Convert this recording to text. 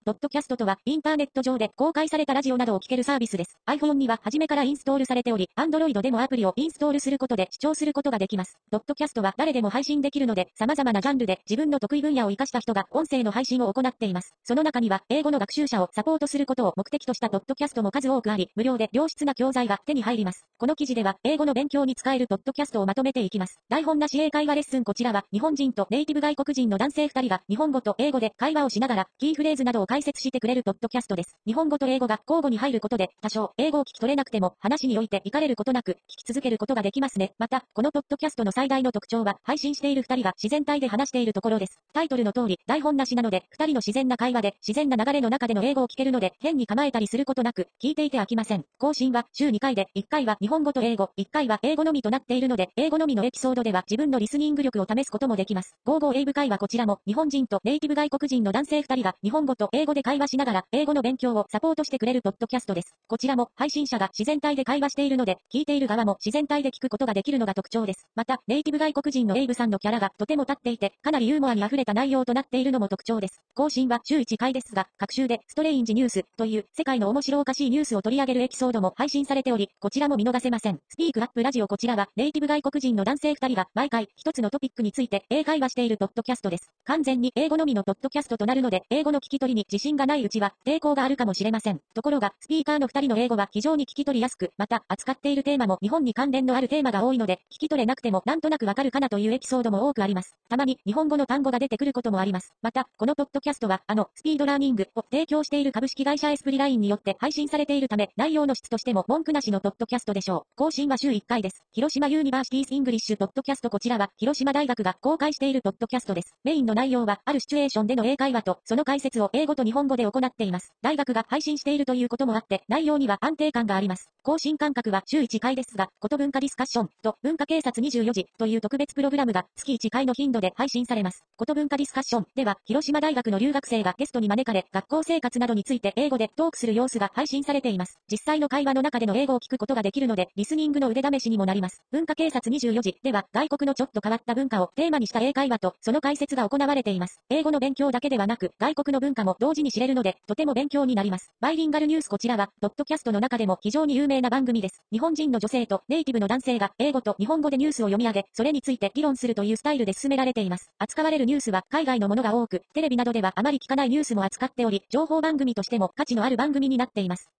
ポッドキャストとは、インターネット上で公開されたラジオなどを聞けるサービスです。iPhone には初めからインストールされており、Android でもアプリをインストールすることで視聴することができます。ポッドキャストは誰でも配信できるので、様々なジャンルで自分の得意分野を活かした人が音声の配信を行っています。その中には、英語の学習者をサポートすることを目的としたポッドキャストも数多くあり、無料で良質な教材が手に入ります。この記事では、英語の勉強に使えるポッドキャストをまとめていきます。台本なし英会話レッスン。こちらは、日本人とネイティブ外国人の男性2人が、日本語と英語で会話をしながら、キーフレーズなどを解説してくれるポッドキャストです。日本語と英語が交互に入ることで、多少英語を聞き取れなくても、話においてイかれることなく、聞き続けることができますね。また、このポッドキャストの最大の特徴は、配信している2人が自然体で話しているところです。タイトルの通り、台本なしなので、2人の自然な会話で、自然な流れの中での英語を聞けるので、変に構えたりすることなく、聞いていて飽きません。更新は週2回で、1回は日本語と英語、1回は英語のみとなっているので、英語のみのエピソードでは自分のリスニング力を試すこともできます。55英語会話。こちらも、日本人とネイティブ外国人の男性2人が、日本語と英語で会話しながら、英語の勉強をサポートしてくれるポッドキャストです。こちらも、配信者が自然体で会話しているので、聞いている側も自然体で聞くことができるのが特徴です。また、ネイティブ外国人のエイブさんのキャラがとても立っていて、かなりユーモアに溢れた内容となっているのも特徴です。更新は週1回ですが、各週でストレインジニュースという世界の面白おかしいニュースを取り上げるエピソードも配信されており、こちらも見逃せません。スピークアップラジオ。こちらはネイティブ外国人の男性2人が毎回一つのトピックについて英会話しているポッドキャストです。完全に英語のみのポッドキャストとなるので、英語の聞き取りに自信がないうちは抵抗があるかもしれません。ところが、スピーカーの2人の英語は非常に聞き取りやすく、また扱っているテーマも日本に関連のあるテーマが多いので、聞き取れなくてもなんとなくわかるかなというエピソードも多くあります。たまに日本語の単語が出てくることもあります。また、このポッドキャストはスピードラーニングを提供している株式会社エスプリラインによって配信されているため、内容の質としても文句なしのポッドキャストでしょう。更新は週1回です。広島ユニバーシティーズイングリッシュポッドキャスト。こちらは広島大学が公開しているポッドキャストです。メインの内容はあるシチュエーションでの英会話とその解説を英語と日本語で行っています。大学が配信しているということもあって内容には安定感があります。更新間隔は週1回ですが、こと文化ディスカッションと文化警察24時という特別プログラムが月1回の頻度で配信されます。こと文化ディスカッションでは広島大学の留学生がゲストに招かれ学校生活などについて英語でトークする様子が配信されています。実際の会話の中での英語を聞くことができるのでリスニングの腕試しにもなります。文化警察24時では外国のちょっと変わった文化をテーマにした英会話とその解説が行われています。英語の勉強だけではなく外国の文化も同時に知れるのでとても勉強になります。バイリンガルニュース。こちらはポッドキャストの中でも非常に有名な番組です。日本人の女性とネイティブの男性が英語と日本語でニュースを読み上げ、それについて議論するというスタイルで進められています。扱われるニュースは海外のものが多く、テレビなどではあまり聞かないニュースも扱っており、情報番組としても価値のある番組になっています。